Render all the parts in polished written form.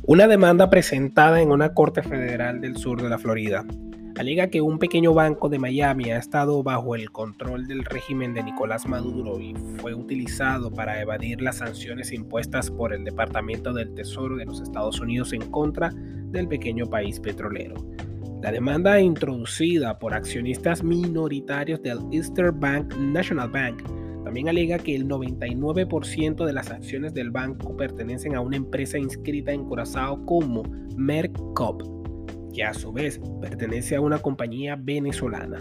Una demanda presentada en una corte federal del sur de la Florida alega que un pequeño banco de Miami ha estado bajo el control del régimen de Nicolás Maduro y fue utilizado para evadir las sanciones impuestas por el Departamento del Tesoro de los Estados Unidos en contra del pequeño país petrolero. La demanda introducida por accionistas minoritarios del Eastern Bank National Bank también alega que el 99% de las acciones del banco pertenecen a una empresa inscrita en Curazao como Mercop, que a su vez pertenece a una compañía venezolana,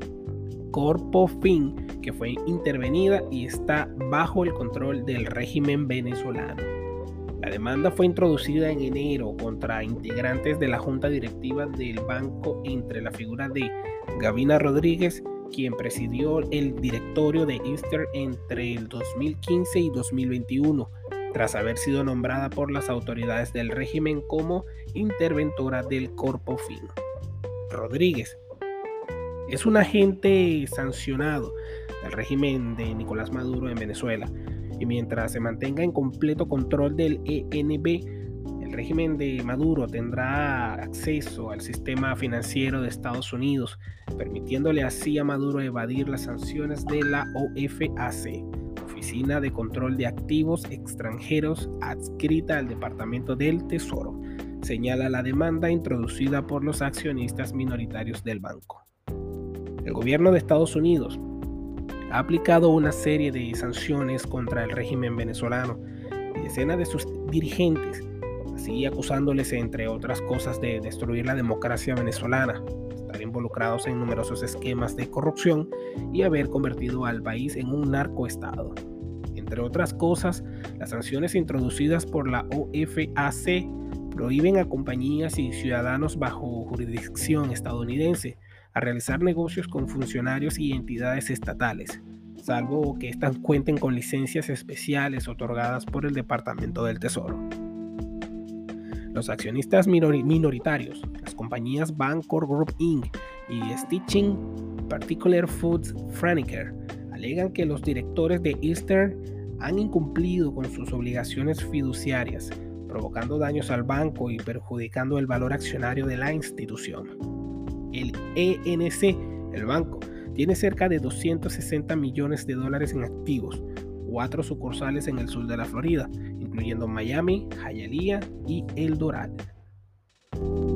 Corpofin, que fue intervenida y está bajo el control del régimen venezolano. La demanda fue introducida en enero contra integrantes de la junta directiva del banco entre la figura de Gavina Rodríguez, quien presidió el directorio de Eastern entre el 2015 y 2021, tras haber sido nombrada por las autoridades del régimen como interventora del Corpofin. Rodríguez es un agente sancionado del régimen de Nicolás Maduro en Venezuela, y mientras se mantenga en completo control del ENB, el régimen de Maduro tendrá acceso al sistema financiero de Estados Unidos, permitiéndole así a Maduro evadir las sanciones de la OFAC, Oficina de Control de Activos Extranjeros adscrita al Departamento del Tesoro, señala la demanda introducida por los accionistas minoritarios del banco. El gobierno de Estados Unidos ha aplicado una serie de sanciones contra el régimen venezolano y decenas de sus dirigentes, así acusándoles, entre otras cosas, de destruir la democracia venezolana, estar involucrados en numerosos esquemas de corrupción y haber convertido al país en un narcoestado. Entre otras cosas, las sanciones introducidas por la OFAC prohíben a compañías y ciudadanos bajo jurisdicción estadounidense a realizar negocios con funcionarios y entidades estatales, salvo que éstas cuenten con licencias especiales otorgadas por el Departamento del Tesoro. Los accionistas minoritarios, las compañías Bancorp Group Inc. y Stitching Particular Foods Franeker, alegan que los directores de Eastern han incumplido con sus obligaciones fiduciarias, provocando daños al banco y perjudicando el valor accionario de la institución. El ENC, el banco, tiene cerca de $260 millones en activos, 4 sucursales en el sur de la Florida, incluyendo Miami, Hialeah y El Doral.